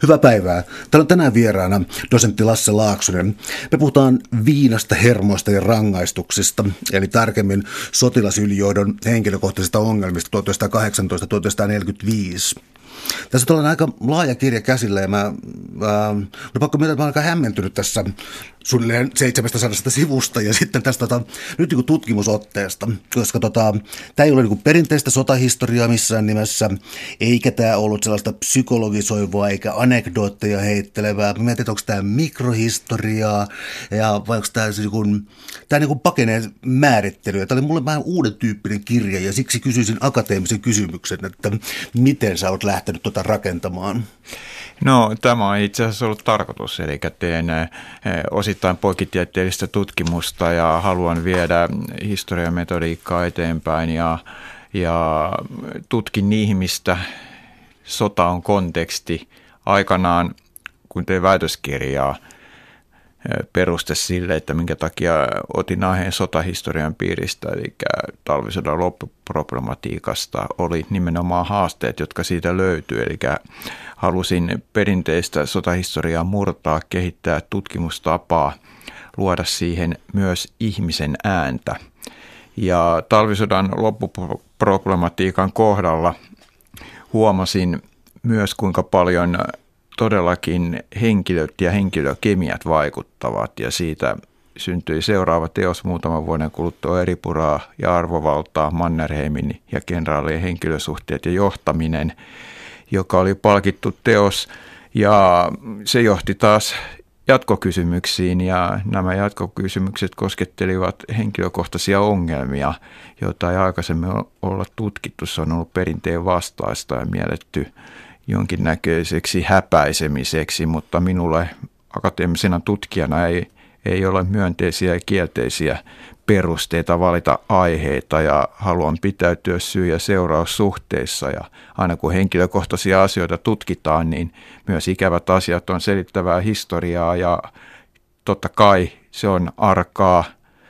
Hyvää päivää. Täällä on tänään vieraana dosentti Lasse Laaksonen. Me puhutaan viinasta, hermoista ja rangaistuksista, eli tarkemmin sotilasylijohdon henkilökohtaisista ongelmista 1918-1945. Tässä on aika laaja kirja käsillä ja mä pakko myöntää, että mä olen aika hämmentynyt tässä suunnilleen 700 sivusta ja sitten tästä nyt niin tutkimusotteesta, koska tämä ei ole niin perinteistä sotahistoriaa missään nimessä, eikä tämä ollut sellaista psykologisoivaa eikä anekdootteja heittelevää. Mä mietin, onko tämä mikrohistoriaa ja vai onko tämä niin pakeneen määrittelyä. Tämä oli mulle vähän uuden tyyppinen kirja ja siksi kysyisin akateemisen kysymyksen, että miten sä oot lähtenyt rakentamaan? No, tämä on itse asiassa ollut tarkoitus, eli teen osittain poikitieteellistä tutkimusta ja haluan viedä historiametodiikkaa eteenpäin ja tutkin niihin, mistä sota on konteksti. Aikanaan, kun tein väitöskirjaa, peruste sille, että minkä takia otin aiheen sotahistorian piiristä, eli talvisodan loppuproblematiikasta, oli nimenomaan haasteet, jotka siitä löytyy. Eli halusin perinteistä sotahistoriaa murtaa, kehittää tutkimustapaa, luoda siihen myös ihmisen ääntä. Ja talvisodan loppuproblematiikan kohdalla huomasin myös, kuinka paljon todellakin henkilöt ja henkilökemiat vaikuttavat ja siitä syntyi seuraava teos muutaman vuoden kuluttua Eripuraa ja arvovaltaa, Mannerheimin ja kenraalien henkilösuhteet ja johtaminen, joka oli palkittu teos ja se johti taas jatkokysymyksiin ja nämä jatkokysymykset koskettelivat henkilökohtaisia ongelmia, joita ei aikaisemmin olla tutkittu. Se on ollut perinteen vastaista ja mielletty jonkinnäköiseksi häpäisemiseksi, mutta minulle akateemisena tutkijana ei ole myönteisiä ja kielteisiä perusteita valita aiheita ja haluan pitäytyä syy- ja seuraussuhteissa ja aina kun henkilökohtaisia asioita tutkitaan, niin myös ikävät asiat on selittävää historiaa ja totta kai se on arkaa,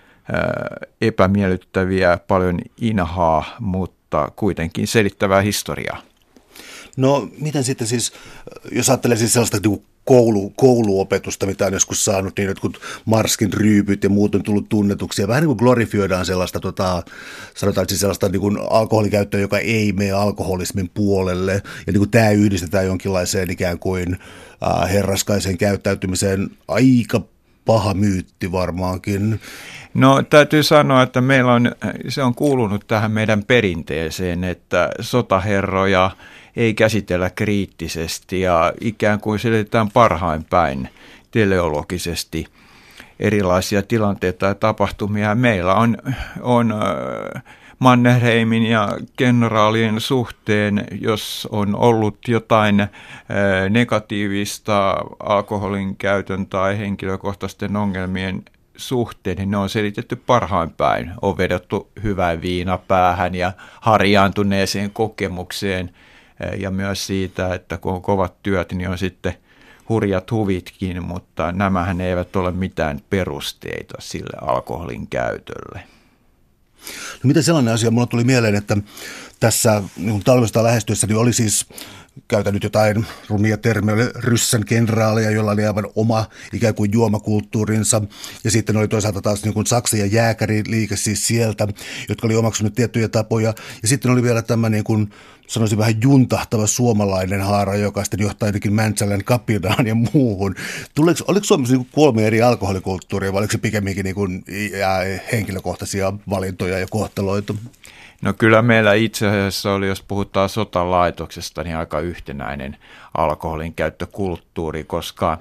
epämiellyttäviä, paljon inhaa, mutta kuitenkin selittävää historiaa. No miten sitten siis, jos ajattelee siis sellaista kouluopetusta, mitä on joskus saanut, niin jotkut Marskin ryypyt ja muut on tullut tunnetuksi ja vähän niin kuin glorifioidaan sellaista, sanotaan siis sellaista niin kuin alkoholikäyttöä, joka ei mene alkoholismin puolelle ja niin kuin tämä yhdistetään jonkinlaiseen ikään kuin herraskaiseen käyttäytymiseen, aika paha myytti varmaankin. No täytyy sanoa, että se on kuulunut tähän meidän perinteeseen, että sotaherroja ei käsitellä kriittisesti ja ikään kuin selitetään parhain päin teleologisesti erilaisia tilanteita ja tapahtumia. Meillä on Mannerheimin ja kenraalien suhteen, jos on ollut jotain negatiivista alkoholin käytön tai henkilökohtaisten ongelmien suhteen, niin ne on selitetty parhain päin. On vedottu hyvään viinapäähän ja harjaantuneeseen kokemukseen ja myös siitä, että kun on kovat työt, niin on sitten hurjat huvitkin, mutta nämähän eivät ole mitään perusteita sille alkoholin käytölle. No miten sellainen asia? Mulla tuli mieleen, että tässä niin talvesta lähestyessä niin oli siis, käytän nyt jotain rumia termejä, ryssän kenraaleja, jolla oli aivan oma ikään kuin juomakulttuurinsa. Ja sitten oli toisaalta taas niin kuin Saksa- ja jääkäriliike siis sieltä, jotka oli omaksunut tiettyjä tapoja. Ja sitten oli vielä tämä niin kuin, sanoisin vähän juntahtava suomalainen haara, joka sitten johtaa jotenkin Mäntsälän kapinaan ja muuhun. Oliko Suomessa niin kuin 3 eri alkoholikulttuuria vai oliko se pikemminkin niin kuin henkilökohtaisia valintoja ja kohtaloita? No kyllä meillä itse asiassa oli, jos puhutaan sotalaitoksesta, niin aika yhtenäinen alkoholin käyttökulttuuri, koska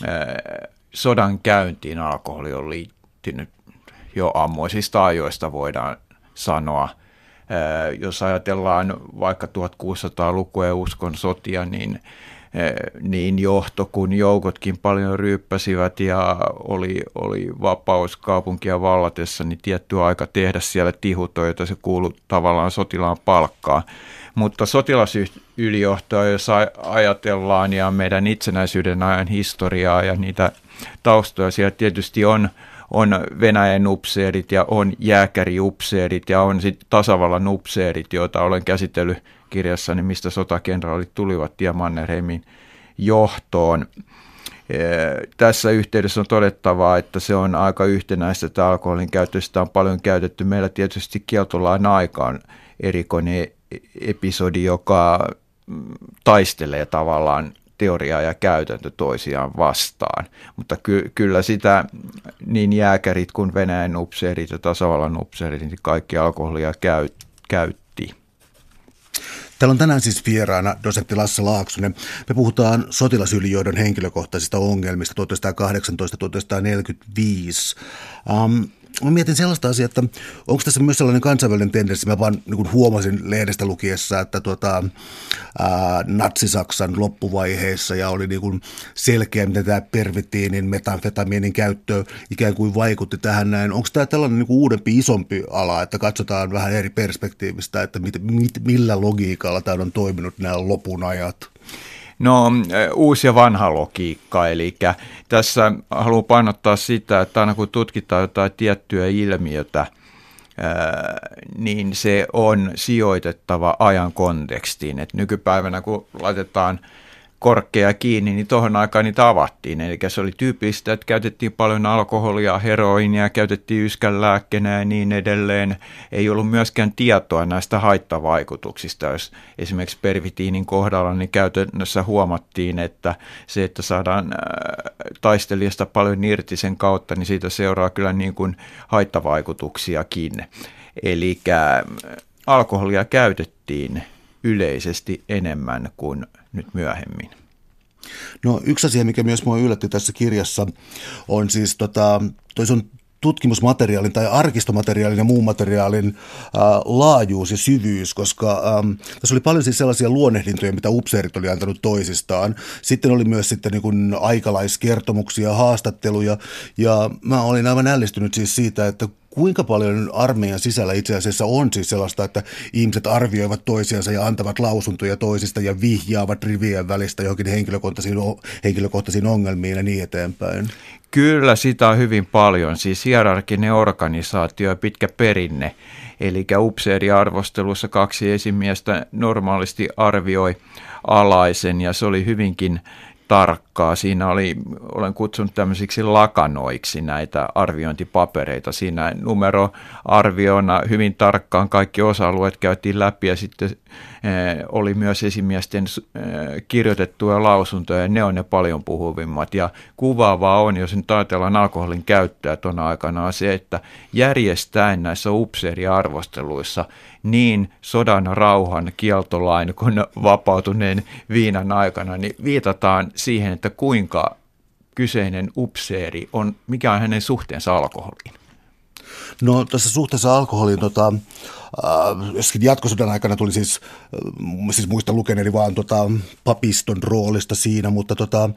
sodan käyntiin alkoholi on liittynyt jo ammoisista ajoista, voidaan sanoa. Jos ajatellaan vaikka 1600-lukua ja uskon sotia, niin johto kuin joukotkin paljon ryyppäsivät ja oli vapaus kaupunkia vallatessa, niin tietty aika tehdä siellä tihutöitä, se kuului tavallaan sotilaan palkkaan. Mutta sotilasylijohtoa, jos ajatellaan ja meidän itsenäisyyden ajan historiaa ja niitä taustoja, siellä tietysti on Venäjän upseerit ja on jääkäriupseerit ja on sitten tasavallan upseerit, joita olen käsitellyt kirjassani, mistä sotakenraalit tulivat ja Mannerheimin johtoon. Tässä yhteydessä on todettavaa, että se on aika yhtenäistä, että alkoholin käytöstä on paljon käytetty. Meillä tietysti kieltolain aikaan erikoinen episodi, joka taistelee tavallaan teoria ja käytäntö toisiaan vastaan, mutta kyllä sitä niin jääkärit kuin Venäjän upseerit ja tasavallan upseerit, niin kaikki alkoholia käytti. Täällä on tänään siis vieraana dosentti Lasse Laaksonen. Me puhutaan sotilasylijohdon henkilökohtaisista ongelmista 1918-1945. Mä mietin sellaista asiaa, että onko tässä myös sellainen kansainvälinen tendenssi, mä vaan niin huomasin lehdestä lukiessa, että Natsi-Saksan loppuvaiheessa ja oli niin kuin selkeä, miten tämä pervitiinin, metamfetamiinin käyttö ikään kuin vaikutti tähän näin. Onko tämä tällainen niin kuin uudempi, isompi ala, että katsotaan vähän eri perspektiivistä, että millä logiikalla tämä on toiminut nämä lopun ajat? No, uusi ja vanha logiikka, eli tässä haluan painottaa sitä, että aina kun tutkitaan jotain tiettyä ilmiötä, niin se on sijoitettava ajan kontekstiin. Et nykypäivänä kun laitetaan korkkeja kiinni, niin tuohon aikaan niitä avattiin. Eli se oli tyypillistä, että käytettiin paljon alkoholia, heroinia, käytettiin yskänlääkkeenä ja niin edelleen. Ei ollut myöskään tietoa näistä haittavaikutuksista. Jos esimerkiksi pervitiinin kohdalla, niin käytännössä huomattiin, että se, että saadaan taistelijasta paljon irti sen kautta, niin siitä seuraa kyllä niin kuin haittavaikutuksiakin. Eli alkoholia käytettiin yleisesti enemmän kuin nyt myöhemmin. No yksi asia, mikä myös minua yllätti tässä kirjassa, on siis toi sun tutkimusmateriaalin tai arkistomateriaalin ja muun materiaalin laajuus ja syvyys, koska tässä oli paljon siis sellaisia luonnehdintoja, mitä upseerit oli antanut toisistaan. Sitten oli myös sitten niin kuin aikalaiskertomuksia, haastatteluja, ja mä olin aivan ällistynyt siis siitä, että kuinka paljon armeijan sisällä itse asiassa on siis sellaista, että ihmiset arvioivat toisiansa ja antavat lausuntoja toisista ja vihjaavat rivien välistä johonkin henkilökohtaisiin ongelmiin ja niin eteenpäin? Kyllä, sitä on hyvin paljon. Siis hierarkinen organisaatio ja pitkä perinne. Eli upseeriarvostelussa 2 esimiestä normaalisti arvioi alaisen ja se oli hyvinkin tarkkaa. Siinä olen kutsunut tämmöisiksi lakanoiksi näitä arviointipapereita. Siinä numeroarviona hyvin tarkkaan kaikki osa-alueet käytiin läpi ja sitten oli myös esimiesten kirjoitettuja lausuntoja ja ne on ne paljon puhuvimmat. Ja kuvaavaa on, jos nyt ajatellaan alkoholin käyttöä tuona aikana, on se, että järjestäen näissä upseeriarvosteluissa niin sodan, rauhan, kieltolain kuin vapautuneen viinan aikana, niin viitataan siihen, että kuinka kyseinen upseeri on, mikä on hänen suhteensa alkoholiin. No tässä suhteessa alkoholiin, joskin jatkosodan aikana tuli siis muistan lukeneeni vaan papiston roolista siinä, mutta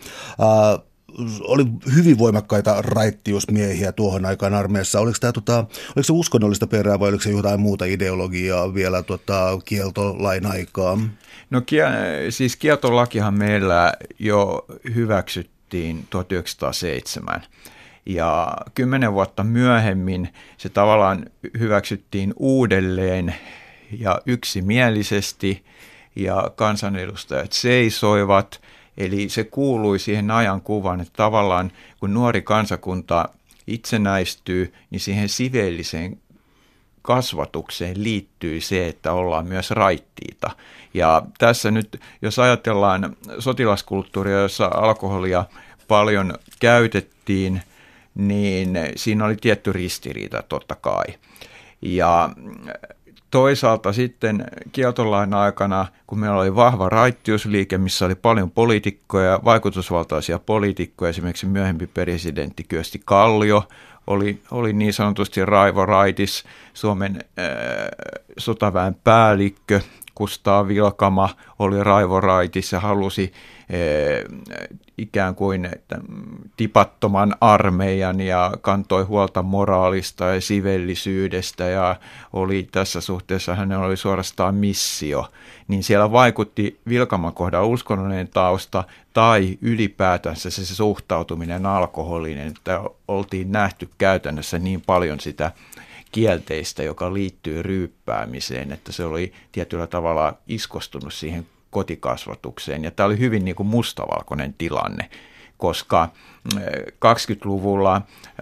oli hyvin voimakkaita raittiusmiehiä tuohon aikaan armeijassa. Oliko se uskonnollista perää vai oliko se jotain muuta ideologiaa vielä kieltolain aikaa? No siis kieltolakihan meillä jo hyväksyttiin 1907 ja 10 vuotta myöhemmin se tavallaan hyväksyttiin uudelleen ja yksimielisesti ja kansanedustajat seisoivat. Eli se kuului siihen ajankuvaan, että tavallaan kun nuori kansakunta itsenäistyy, niin siihen siveelliseen kasvatukseen liittyy se, että ollaan myös raittiita. Ja tässä nyt, jos ajatellaan sotilaskulttuuria, jossa alkoholia paljon käytettiin, niin siinä oli tietty ristiriita totta kai. Ja toisaalta sitten kieltolain aikana, kun meillä oli vahva raittiusliike, missä oli paljon poliitikkoja, vaikutusvaltaisia poliitikkoja, esimerkiksi myöhempi presidentti Kyösti Kallio oli niin sanotusti Raivo Raitis, Suomen sotaväen päällikkö, Kustaa Vilkama oli Raivo Raitis ja halusi ikään kuin tipattoman armeijan ja kantoi huolta moraalista ja sivellisyydestä ja oli tässä suhteessa hänellä oli suorastaan missio, niin siellä vaikutti Vilkaman kohdan uskonnollinen tausta tai ylipäätänsä se suhtautuminen alkoholiin, että oltiin nähty käytännössä niin paljon sitä kielteistä, joka liittyy ryyppäämiseen, että se oli tietyllä tavalla iskostunut siihen kotikasvatukseen. Ja tämä oli hyvin niin kuin mustavalkoinen tilanne, koska 20-luvulla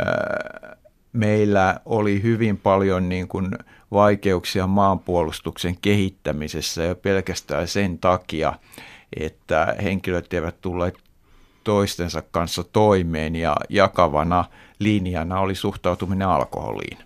meillä oli hyvin paljon niin kuin vaikeuksia maanpuolustuksen kehittämisessä jo pelkästään sen takia, että henkilöt eivät tulleet toistensa kanssa toimeen ja jakavana linjana oli suhtautuminen alkoholiin.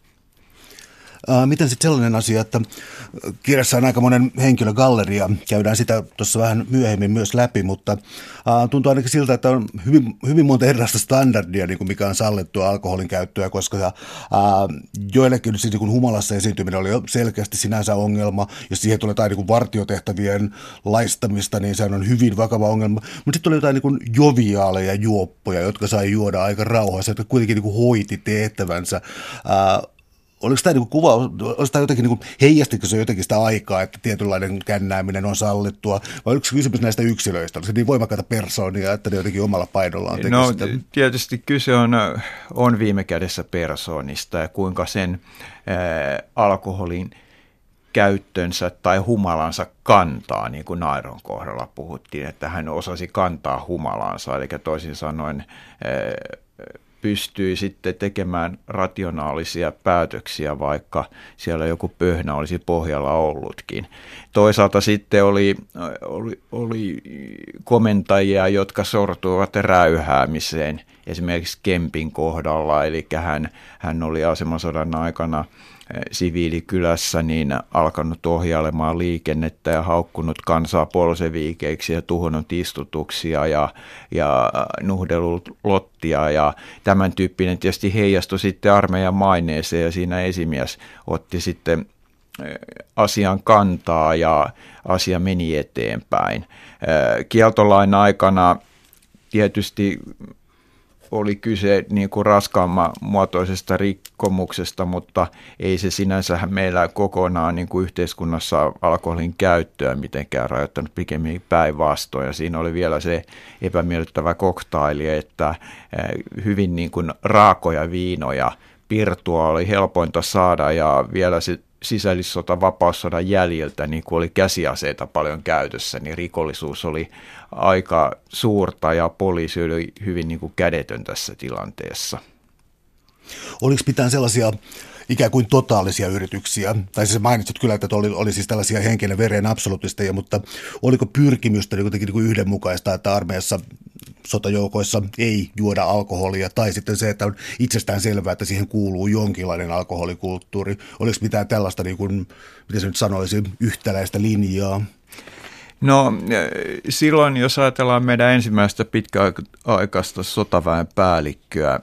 Miten sitten sellainen asia, että kirjassa on aika monen henkilögalleria, käydään sitä tuossa vähän myöhemmin myös läpi, mutta tuntuu ainakin siltä, että on hyvin monta erilaista standardia, niin kuin mikä on sallittua alkoholin käyttöä, koska joillekin siis niin humalassa esiintyminen oli jo selkeästi sinänsä ongelma, jos siihen tulee jotain niin vartiotehtävien laistamista, niin se on hyvin vakava ongelma, mutta sitten tuli jotain niin joviaaleja juoppoja, jotka sai juoda aika rauhassa, jotka kuitenkin niin hoiti tehtävänsä. Oliko tämä niin kuva, oliko tämä jotenkin, niin heijastiko se jotenkin sitä aikaa, että tietynlainen kännääminen on sallittua, vai oliko kysymys näistä yksilöistä? Oliko se niin voimakkaita persoonia, että ne jotenkin omalla painollaan teki sitä? Tietysti kyse on viime kädessä persoonista ja kuinka sen alkoholin käyttönsä tai humalansa kantaa, niin kuin Nairon kohdalla puhuttiin, että hän osasi kantaa humalansa, eli toisin sanoen pystyi sitten tekemään rationaalisia päätöksiä, vaikka siellä joku pöhnä olisi pohjalla ollutkin. Toisaalta sitten oli komentajia, jotka sortuivat räyhäämiseen, esimerkiksi Kempin kohdalla, eli hän oli asemasodan aikana siviilikylässä niin alkanut ohjailemaan liikennettä ja haukkunut kansaa bolseviikeiksi ja tuhonnut istutuksia ja nuhdellut lottia ja tämän tyyppinen tietysti heijastui sitten armeijan maineeseen ja siinä esimies otti sitten asian kantaa ja asia meni eteenpäin. Kieltolain aikana tietysti oli kyse niin kuin raskaamman muotoisesta rikkomuksesta, mutta ei se sinänsä meillä kokonaan niin kuin yhteiskunnassa alkoholin käyttöä mitenkään rajoittanut, pikemmin päinvastoin. Ja siinä oli vielä se epämiellyttävä koktaili, että hyvin niin kuin raakoja viinoja, pirtua oli helpointa saada ja vielä se sisällissota vapaussodan jäljiltä, niin kun oli käsiaseita paljon käytössä, niin rikollisuus oli aika suurta ja poliisi oli hyvin niin kuin kädetön tässä tilanteessa. Oliko mitään sellaisia ikään kuin totaalisia yrityksiä, tai siis mainitsit kyllä, että oli siis tällaisia henken ja veren absoluutisteja, mutta oliko pyrkimystä jotenkin niin kuin yhdenmukaista, että armeijassa sotajoukoissa ei juoda alkoholia, tai sitten se, että on itsestään selvää, että siihen kuuluu jonkinlainen alkoholikulttuuri. Oliko mitään tällaista, niin kuin, miten se nyt sanoisi, yhtäläistä linjaa? No silloin, jos ajatellaan meidän ensimmäistä pitkäaikaista sotaväen päällikköä,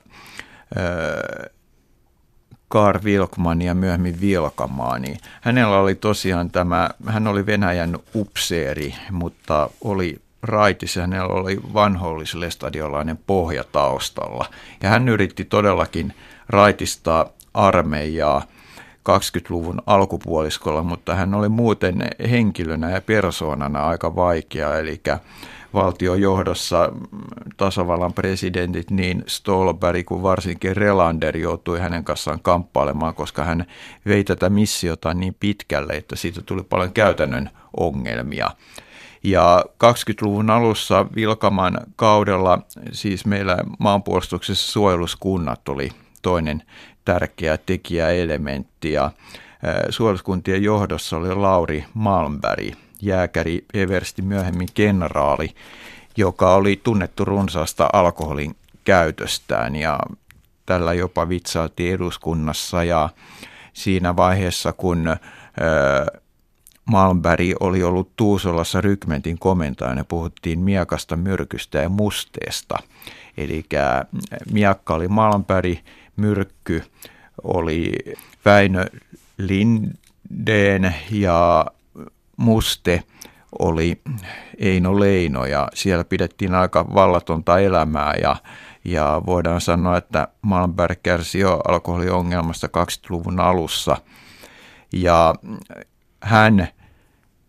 Karl Wilkman ja myöhemmin Vilkamaa, niin hänellä oli tosiaan hän oli Venäjän upseeri, mutta oli raitis ja hänellä oli vanhoillislestadiolainen pohja taustalla. Ja hän yritti todellakin raitistaa armeijaa 20-luvun alkupuoliskolla, mutta hän oli muuten henkilönä ja persoonana aika vaikea, eli valtiojohdossa tasavallan presidentit niin Stolberg kuin varsinkin Relander joutui hänen kanssaan kamppailemaan, koska hän vei tätä missiota niin pitkälle, että siitä tuli paljon käytännön ongelmia. Ja 20-luvun alussa Vilkaman kaudella siis meillä maanpuolustuksessa suojeluskunnat oli toinen tärkeä tekijäelementti ja suojeluskuntien johdossa oli Lauri Malmberg, jääkäri, eversti, myöhemmin kenraali, joka oli tunnettu runsaasta alkoholin käytöstään ja tällä jopa vitsailtiin eduskunnassa ja siinä vaiheessa, kun Malmberg oli ollut Tuusolassa rykmentin komentajana, puhuttiin miekasta, myrkystä ja musteesta. Eli miekka oli Malmberg, myrkky oli Väinö Lindén ja muste oli Eino Leino ja siellä pidettiin aika vallatonta elämää ja voidaan sanoa, että Malmberg kärsi jo alkoholiongelmasta 20-luvun alussa ja hän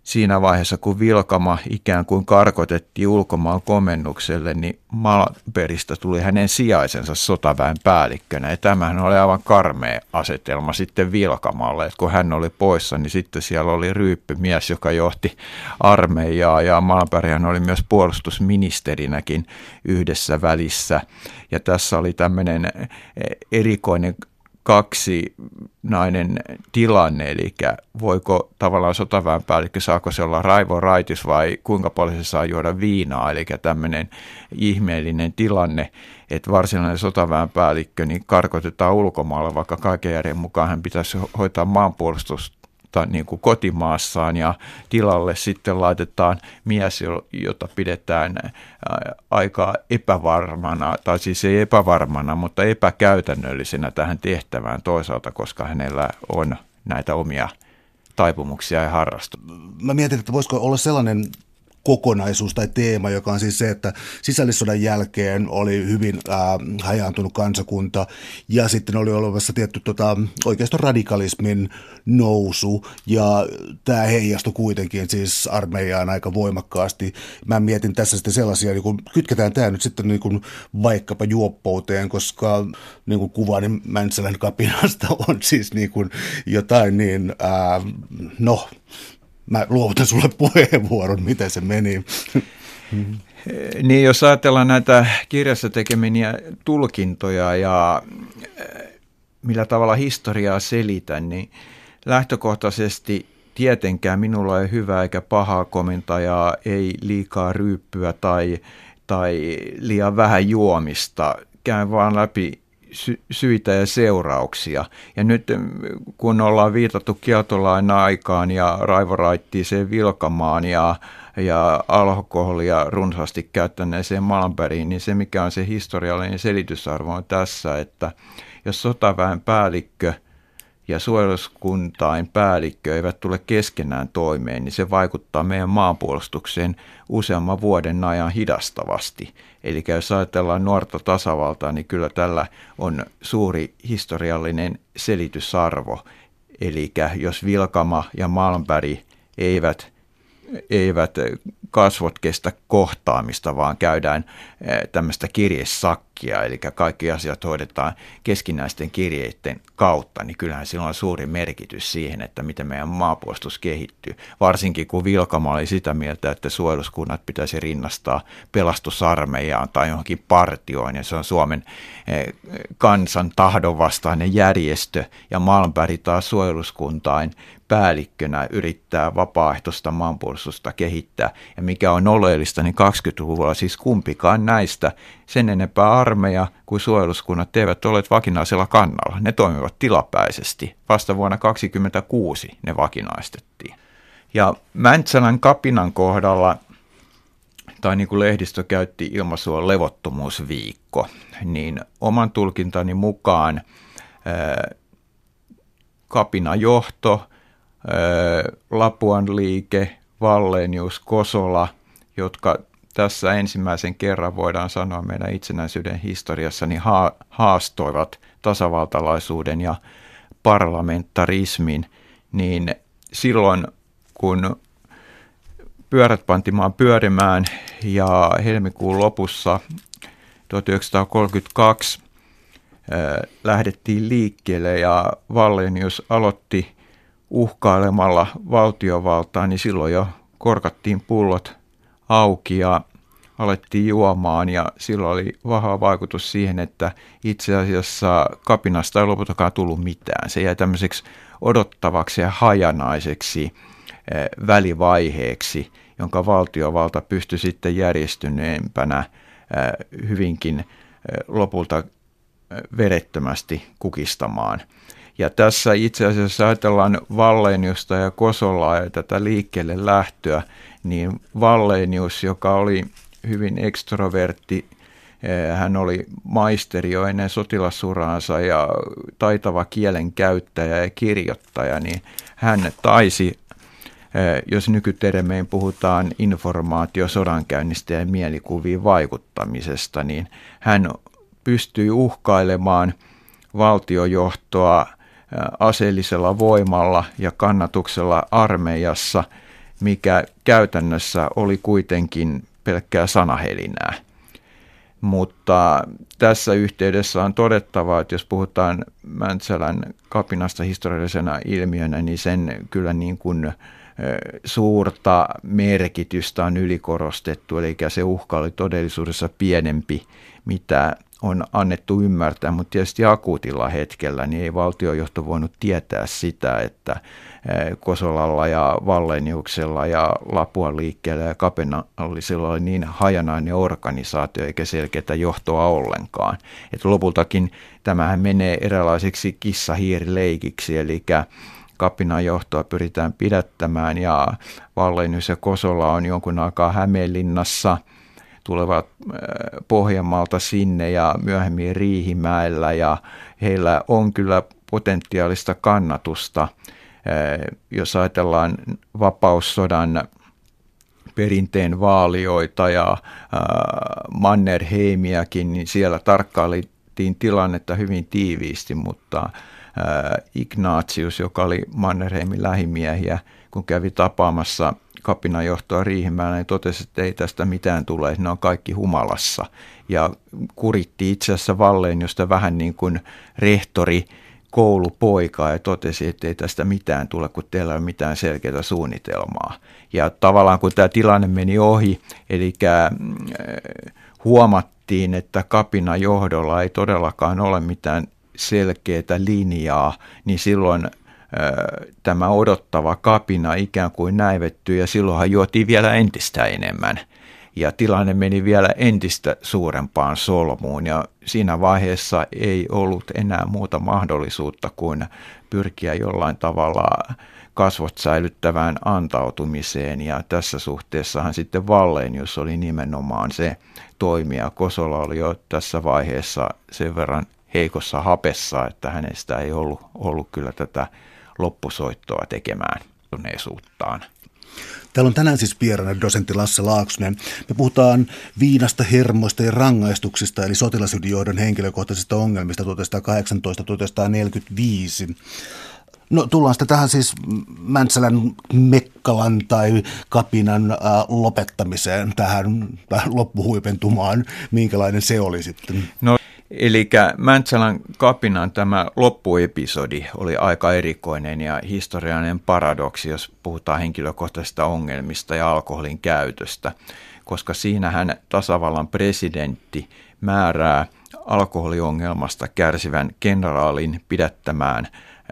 siinä vaiheessa, kun Vilkama ikään kuin karkotettiin ulkomaan komennukselle, niin Malmbergistä tuli hänen sijaisensa sotaväen päällikkönä. Ja tämähän oli aivan karmea asetelma sitten Vilkamalle, että kun hän oli poissa, niin sitten siellä oli ryyppymies, joka johti armeijaa, ja Malmberghän oli myös puolustusministerinäkin yhdessä välissä. Ja tässä oli tämmöinen erikoinen kaksinainen tilanne, eli voiko tavallaan sotaväenpäällikkö, saako se olla raivoraitis vai kuinka paljon se saa juoda viinaa, eli tämmöinen ihmeellinen tilanne, että varsinainen sotaväenpäällikkö niin karkotetaan ulkomaille, vaikka kaiken järjen mukaan hän pitäisi hoitaa maanpuolustusta niin kuin kotimaassaan, ja tilalle sitten laitetaan mies, jota pidetään aika epävarmana, tai siis ei epävarmana, mutta epäkäytännöllisenä tähän tehtävään toisaalta, koska hänellä on näitä omia taipumuksia ja harrastuksia. Mä mietin, että voisiko olla sellainen kokonaisuus tai teema, joka on siis se, että sisällissodan jälkeen oli hyvin hajaantunut kansakunta ja sitten oli olemassa tietty oikeastaan radikalismin nousu ja tämä heijastui kuitenkin siis armeijaan aika voimakkaasti. Mä mietin tässä sitten sellaisia, niin kun kytketään tämä nyt sitten niin kun vaikkapa juoppouteen, koska niin kuin kuvani Mäntsälän kapinasta on siis niin kuin jotain niin, mä luovutan sulle puheenvuoron, miten se meni. Niin, jos ajatellaan näitä kirjassa tekemiä tulkintoja ja millä tavalla historiaa selitän, niin lähtökohtaisesti tietenkään minulla ei hyvää eikä pahaa komentajaa, ei liikaa ryyppyä tai liian vähän juomista, käyn vaan läpi syitä ja seurauksia. Ja nyt kun ollaan viitattu kieltolain aikaan ja raivoraittiiseen Vilkamaan ja alkoholia runsaasti käyttäneeseen Malmbergiin, niin se mikä on se historiallinen selitysarvo on tässä, että jos sotaväen päällikkö ja suojeluskuntain päällikkö eivät tule keskenään toimeen, niin se vaikuttaa meidän maanpuolustukseen useamman vuoden ajan hidastavasti. Eli jos ajatellaan nuorta tasavaltaa, niin kyllä tällä on suuri historiallinen selitysarvo. Eli jos Vilkama ja Malmberg eivät kasvot kestä kohtaamista, vaan käydään tämmöistä kirjesakkia, eli kaikki asiat hoidetaan keskinäisten kirjeiden kautta, niin kyllähän sillä on suuri merkitys siihen, että miten meidän maanpuolustus kehittyy. Varsinkin kun Vilkama oli sitä mieltä, että suojeluskunnat pitäisi rinnastaa pelastusarmeijaan tai johonkin partioon, ja se on Suomen kansan tahdonvastainen järjestö, ja Malmberg taas suojeluskuntain päällikkönä yrittää vapaaehtoista maanpuolustusta kehittää. Ja mikä on oleellista, niin 20-luvulla siis kumpikaan näistä, sen enempää armeija kuin suojeluskunnat eivät ole vakinaisella kannalla. Ne toimivat tilapäisesti. Vasta vuonna 1926 ne vakinaistettiin. Ja Mäntsälän kapinan kohdalla, tai niin kuin lehdistö käytti ilmaisua levottomuusviikko, niin oman tulkintani mukaan kapinan johto, Lapuan liike, Wallenius, Kosola, jotka tässä ensimmäisen kerran voidaan sanoa meidän itsenäisyyden historiassa, niin haastoivat tasavaltalaisuuden ja parlamentarismin, niin silloin kun pyörät pantimaan pyörimään ja helmikuun lopussa 1932 lähdettiin liikkeelle ja Wallenius aloitti uhkailemalla valtiovaltaa, niin silloin jo korkattiin pullot auki ja alettiin juomaan, ja silloin oli vahva vaikutus siihen, että itse asiassa kapinasta ei lopultakaan tullut mitään. Se jäi tämmöiseksi odottavaksi ja hajanaiseksi välivaiheeksi, jonka valtiovalta pystyi sitten järjestyneempänä hyvinkin lopulta verettömästi kukistamaan. Ja tässä itse asiassa ajatellaan Walleniusta ja Kosolaa ja tätä liikkeelle lähtöä, niin Wallenius, joka oli hyvin ekstrovertti, hän oli maisteri jo ennen sotilasuraansa ja taitava kielenkäyttäjä ja kirjoittaja, niin hän taisi, jos nykytermein puhutaan informaatiosodankäynnistä ja mielikuviin vaikuttamisesta, niin hän pystyi uhkailemaan valtiojohtoa aseellisella voimalla ja kannatuksella armeijassa mikä käytännössä oli kuitenkin pelkkää sanahelinää. Mutta tässä yhteydessä on todettava, että jos puhutaan Mäntsälän kapinasta historiallisena ilmiönä, niin sen kyllä niin kuin suurta merkitystä on ylikorostettu, eli se uhka oli todellisuudessa pienempi, mitä on annettu ymmärtää, mutta tietysti akuutilla hetkellä niin ei valtiojohto voinut tietää sitä, että Kosolalla ja Walleniuksella ja Lapuan liikkeellä ja Kapinallisella oli niin hajanainen organisaatio eikä selkeää johtoa ollenkaan. Että lopultakin tämähän menee eräänlaisiksi kissa-hiiri-leikiksi, eli Kapinan johtoa pyritään pidättämään ja Wallenius ja Kosola on jonkun aikaa Hämeenlinnassa, tulevat Pohjanmaalta sinne ja myöhemmin Riihimäellä ja heillä on kyllä potentiaalista kannatusta. Jos ajatellaan vapaussodan perinteen vaalioita ja Mannerheimiakin, niin siellä tarkkailtiin tilannetta hyvin tiiviisti, mutta Ignatius, joka oli Mannerheimin lähimiehiä, kun kävi tapaamassa Kapinan johtoa Riihimäellä, niin totesi, että ei tästä mitään tule, ne on kaikki humalassa. Ja kuritti itse asiassa Walleniusta vähän niin kuin rehtori koulupoikaa ja totesi, että ei tästä mitään tule, kun teillä ei ole mitään selkeää suunnitelmaa. Ja tavallaan kun tämä tilanne meni ohi, eli huomattiin, että Kapinan johdolla ei todellakaan ole mitään selkeää linjaa, niin silloin tämä odottava kapina ikään kuin näivettyi ja silloinhan juotiin vielä entistä enemmän. Ja tilanne meni vielä entistä suurempaan solmuun ja siinä vaiheessa ei ollut enää muuta mahdollisuutta kuin pyrkiä jollain tavalla kasvot säilyttävään antautumiseen ja tässä suhteessahan sitten Wallenius oli nimenomaan se toimija. Kosola oli jo tässä vaiheessa sen verran heikossa hapessa, että hänestä ei ollut kyllä tätä loppusoittoa tekemään tunneisuuttaan. Täällä on tänään siis vieraana dosentti Lasse Laaksonen. Me puhutaan viinasta, hermoista ja rangaistuksista, eli sotilasydinjohdon henkilökohtaisista ongelmista 1918-1945. No tullaan sitten tähän siis Mäntsälän Mekkalan tai Kapinan lopettamiseen, tähän loppuhuipentumaan. Minkälainen se oli sitten? No, eli Mäntsälän Kapinan tämä loppuepisodi oli aika erikoinen ja historiallinen paradoksi, jos puhutaan henkilökohtaisista ongelmista ja alkoholin käytöstä, koska siinähän tasavallan presidentti määrää alkoholiongelmasta kärsivän kenraalin pidättämään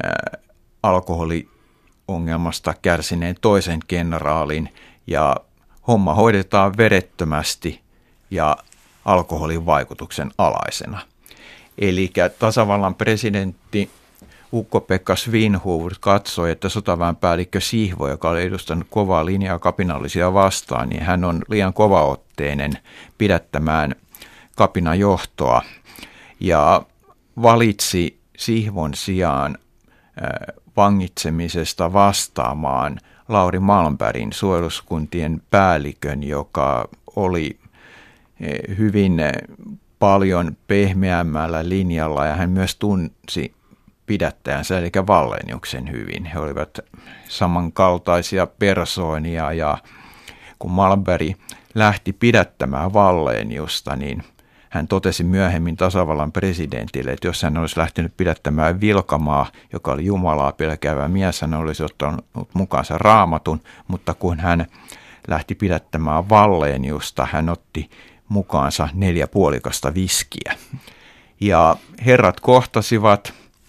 alkoholiongelmasta kärsineen toisen kenraalin ja homma hoidetaan verettömästi ja alkoholin vaikutuksen alaisena. Eli tasavallan presidentti Ukko-Pekka Svinhufvud katsoi, että sotaväenpäällikkö Sihvo, joka oli edustanut kovaa linjaa kapinallisia vastaan, niin hän on liian kovaotteinen pidättämään Kapinan johtoa ja valitsi Sihvon sijaan vangitsemisesta vastaamaan Lauri Malmbergin suojeluskuntien päällikön, joka oli hyvin paljon pehmeämmällä linjalla ja hän myös tunsi pidättäjänsä eli Walleniuksen hyvin. He olivat samankaltaisia persoonia ja kun Malmberg lähti pidättämään Walleniusta, niin hän totesi myöhemmin tasavallan presidentille, että jos hän olisi lähtenyt pidättämään Vilkamaa, joka oli Jumalaa pelkäävä mies, hän olisi ottanut mukaansa Raamatun, mutta kun hän lähti pidättämään Walleniusta, hän otti mukaansa 4 puolikasta viskiä. Ja herrat kohtasivat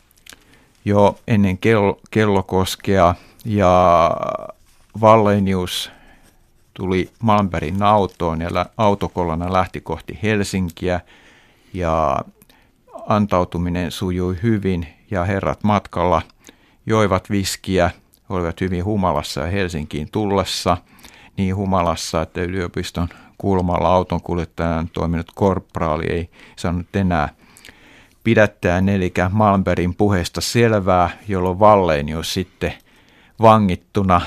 jo ennen kellokoskea ja Wallenius tuli Malmbergin autoon ja autokollana lähti kohti Helsinkiä ja antautuminen sujui hyvin ja herrat matkalla joivat viskiä, olivat hyvin humalassa ja Helsinkiin tullessa niin humalassa, että yliopiston kulmalla autonkuljettajan toiminut korporaali ei saanut enää pidättää eli Malmbergin puheesta selvää, jolloin Wallenius sitten vangittuna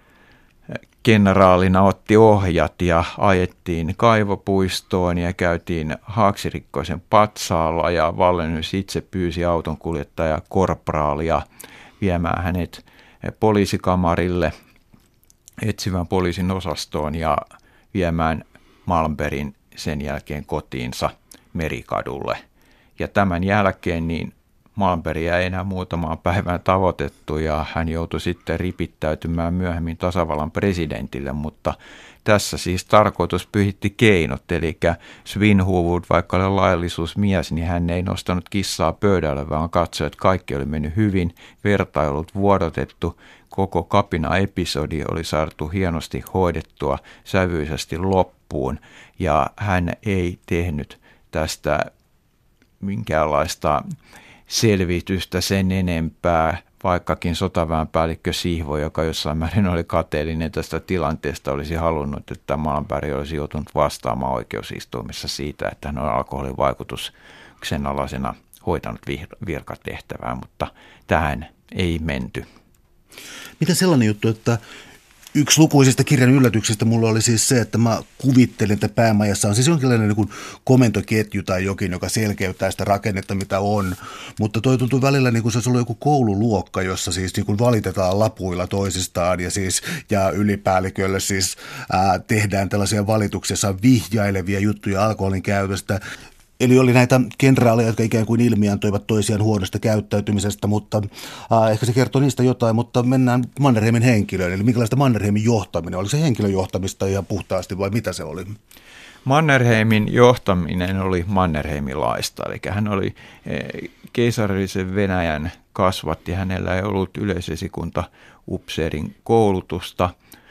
kenraalina otti ohjat ja ajettiin kaivopuistoon ja käytiin Haaksirikkoisen patsaalla ja Wallenius itse pyysi autonkuljettaja korporaalia viemään hänet poliisikamarille etsivän poliisin osastoon ja viemään Malmbergin sen jälkeen kotiinsa Merikadulle. Ja tämän jälkeen niin Malmbergia ei enää muutamaan päivään tavoitettu ja hän joutui sitten ripittäytymään myöhemmin tasavallan presidentille, mutta tässä siis tarkoitus pyhitti keinot, eli Svinhufvud, vaikka oli laillisuusmies, niin hän ei nostanut kissaa pöydälle, vaan katsoi, että kaikki oli mennyt hyvin, verta ei ollut vuodotettu, koko kapina-episodi oli saatu hienosti hoidettua sävyisesti loppuun ja hän ei tehnyt tästä minkäänlaista selvitystä sen enempää, vaikkakin sotaväenpäällikkö Sihvo, joka jossain määrin oli kateellinen tästä tilanteesta, olisi halunnut, että Malmberg olisi joutunut vastaamaan oikeusistuimessa siitä, että hän on alkoholin vaikutuksen alaisena hoitanut virkatehtävää, mutta tähän ei menty. Mitä sellainen juttu, että yksi lukuisista kirjan yllätyksistä mulla oli siis se, että mä kuvittelin, että päämajassa on siis jonkinlainen niin kuin komentoketju tai jokin, joka selkeyttää sitä rakennetta, mitä on. Mutta toi tuntuu välillä niin kuin se olisi ollut joku koululuokka, jossa siis niin kuin valitetaan lapuilla toisistaan ja ylipäällikölle siis tehdään tällaisia valituksia, jossa on vihjailevia juttuja alkoholin käytöstä. Eli oli näitä kenraaleja, jotka ikään kuin ilmiantoivat toisiaan huonosta käyttäytymisestä, mutta ehkä se kertoo niistä jotain, mutta mennään Mannerheimin henkilöön. Eli minkälaista Mannerheimin johtaminen? Oliko se henkilöjohtamista ihan puhtaasti vai mitä se oli? Mannerheimin johtaminen oli mannerheimilaista, eli hän oli keisarillisen Venäjän kasvatti, hänellä ei ollut yleisesikunta upseerin koulutusta.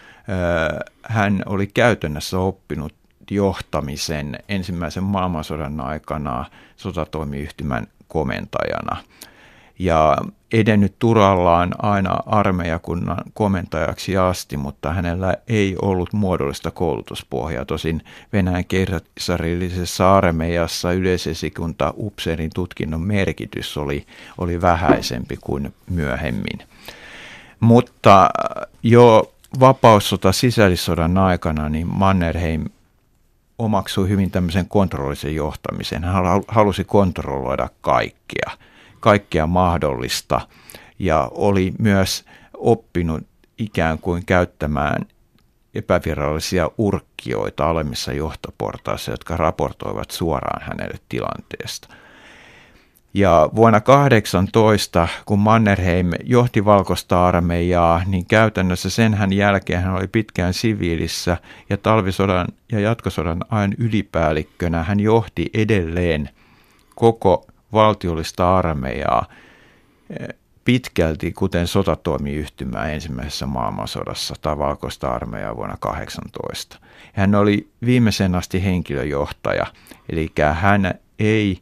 Hän oli käytännössä oppinut johtamisen ensimmäisen maailmansodan aikana sotatoimiyhtymän komentajana ja edennyt urallaan aina armeijakunnan komentajaksi asti, mutta hänellä ei ollut muodollista koulutuspohjaa. Tosin Venäjän keisarillisessa armeijassa yleisesikunta upseerin tutkinnon merkitys oli vähäisempi kuin myöhemmin. Mutta jo vapaussota sisällissodan aikana niin Mannerheim omaksui hyvin tämmöisen kontrollisen johtamisen. Hän halusi kontrolloida kaikkea mahdollista ja oli myös oppinut ikään kuin käyttämään epävirallisia urkkioita alemmissa johtoportaissa, jotka raportoivat suoraan hänelle tilanteesta. Ja vuonna 18, kun Mannerheim johti Valkoista armeijaa, niin käytännössä sen jälkeen hän oli pitkään siviilissä ja talvisodan ja jatkosodan ajan ylipäällikkönä hän johti edelleen koko valtiollista armeijaa pitkälti kuten sotatoimiyhtymää ensimmäisessä maailmansodassa tai Valkoista armeijaa vuonna 18. Hän oli viimeisen asti henkilöjohtaja, eli hän ei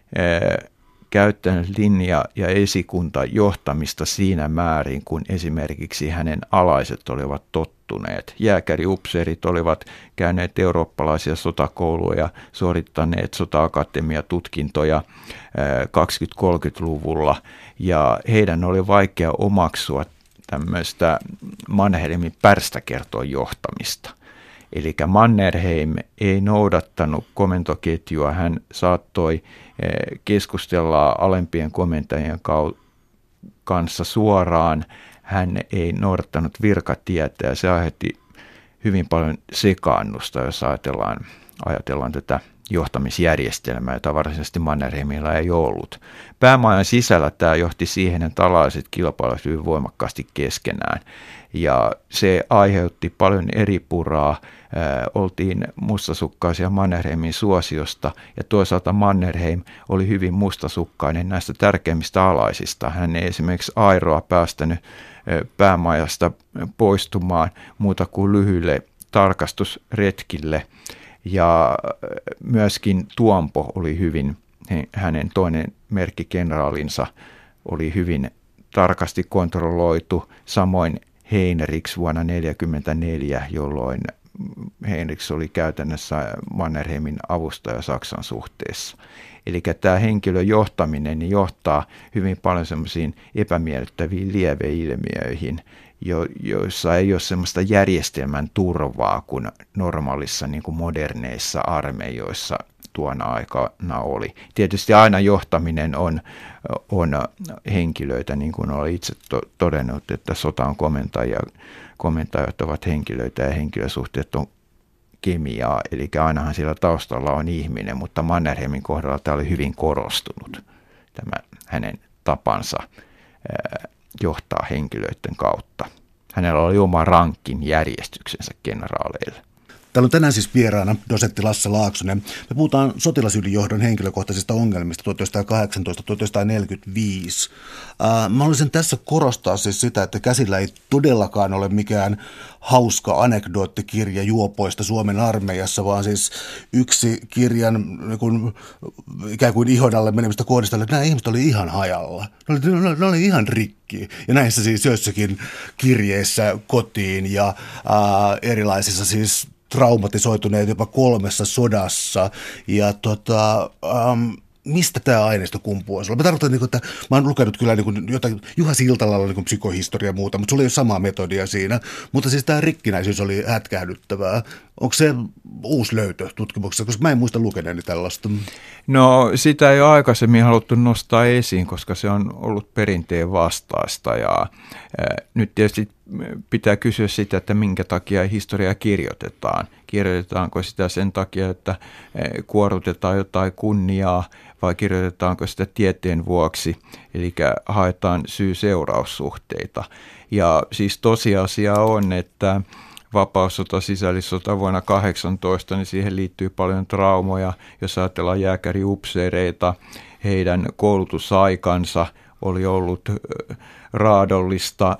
käyttänyt linja- ja esikuntajohtamista siinä määrin, kun esimerkiksi hänen alaiset olivat tottuneet. Jääkäriupseerit olivat käyneet eurooppalaisia sotakouluja, suorittaneet sota-akatemiatutkintoja 20-30-luvulla, ja heidän oli vaikea omaksua tämmöistä Mannerheimin pärstäkertoon johtamista. Eli Mannerheim ei noudattanut komentoketjua, hän saattoi keskustella alempien komentajien kanssa suoraan, hän ei noudattanut virkatietä ja se aiheutti hyvin paljon sekaannusta, jos ajatellaan tätä johtamisjärjestelmää, jota varsinaisesti Mannerheimilla ei ollut. Päämajan sisällä tämä johti siihen, että alaiset kilpailuivat hyvin voimakkaasti keskenään ja se aiheutti paljon eripuraa. Oltiin mustasukkaisia Mannerheimin suosiosta ja toisaalta Mannerheim oli hyvin mustasukkainen näistä tärkeimmistä alaisista. Hän ei esimerkiksi Airoa päästänyt päämajasta poistumaan muuta kuin lyhyille tarkastusretkille ja myöskin Tuompo oli hyvin, hänen toinen merkkikenraalinsa oli hyvin tarkasti kontrolloitu, samoin Heinrichs vuonna 1944, jolloin Heinrichs oli käytännössä Mannerheimin avustaja Saksan suhteessa. Eli tämä henkilöjohtaminen niin johtaa hyvin paljon semmoisiin epämiellyttäviin lieveilmiöihin, joissa ei ole semmoista järjestelmän turvaa kuin normaalissa niin kuin moderneissa armeijoissa tuona aikana oli. Tietysti aina johtaminen on henkilöitä, niin kuin olen itse todennut, että sotaan komentajat ovat henkilöitä ja henkilösuhteet on kemiaa, eli ainahan siellä taustalla on ihminen, mutta Mannerheimin kohdalla tämä oli hyvin korostunut, tämä hänen tapansa johtaa henkilöiden kautta. Hänellä oli oma rankin järjestyksensä kenraaleille. Täällä on tänään siis vieraana dosentti Lasse Laaksonen. Me puhutaan sotilasylijohdon henkilökohtaisista ongelmista 1918-1945. Mä haluaisin tässä korostaa siis sitä, että käsillä ei todellakaan ole mikään hauska anekdoottikirja juopoista Suomen armeijassa, vaan siis yksi kirjan ikään kuin ihon alle menemistä kohdista, että nämä ihmiset oli ihan hajalla. Ne oli ihan rikki. Ja näissä siis joissakin kirjeissä kotiin ja erilaisissa siis traumatisoituneet jopa 3 sodassa, ja mistä tämä aineisto kumpuaa sulla? Mä tarkoitan, että mä oon lukenut kyllä jotain Juha Siltalalla psykohistoria ja muuta, mutta sulla ei ole samaa metodia siinä, mutta siis tämä rikkinäisyys oli hätkähdyttävää. Onko se uusi löytö tutkimuksessa, koska mä en muista lukeneeni tällaista? No sitä ei ole aikaisemmin haluttu nostaa esiin, koska se on ollut perinteen vastaista ja nyt tietysti pitää kysyä sitä, että minkä takia historiaa kirjoitetaan. Kirjoitetaanko sitä sen takia, että kuorutetaan jotain kunniaa vai kirjoitetaanko sitä tieteen vuoksi, eli haetaan syy-seuraussuhteita. Ja siis tosiasia on, että vapaussota, sisällissota vuonna 18, niin siihen liittyy paljon traumoja. Jos ajatellaan jääkäriupseereita, heidän koulutusaikansa oli ollut raadollista.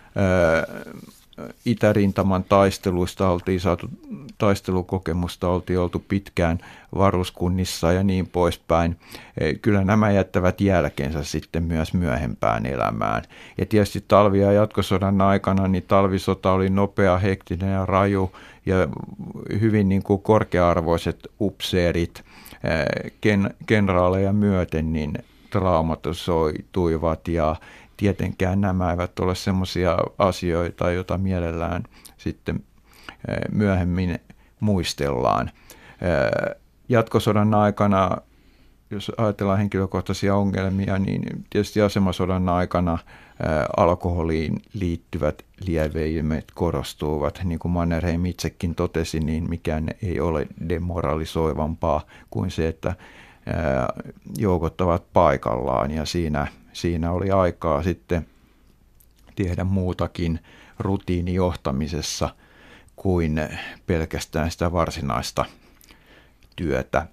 Itärintaman taisteluista oltiin saatu taistelukokemusta, oltiin oltu pitkään varuskunnissa ja niin poispäin. Kyllä nämä jättävät jälkeensä sitten myös myöhempään elämään. Ja tietysti talvi- ja jatkosodan aikana niin talvisota oli nopea, hektinen ja raju ja hyvin niin kuin korkea-arvoiset upseerit, kenraaleja myöten, niin traumatisoituivat ja tietenkään nämä eivät ole semmoisia asioita, joita mielellään sitten myöhemmin muistellaan. Jatkosodan aikana, jos ajatellaan henkilökohtaisia ongelmia, niin tietysti asemasodan aikana alkoholiin liittyvät lieveilmiöt korostuvat. Niin kuin Mannerheim itsekin totesi, niin mikään ei ole demoralisoivampaa kuin se, että joukot ovat paikallaan ja siinä oli aikaa sitten tehdä muutakin rutiinijohtamisessa kuin pelkästään sitä varsinaista työtä.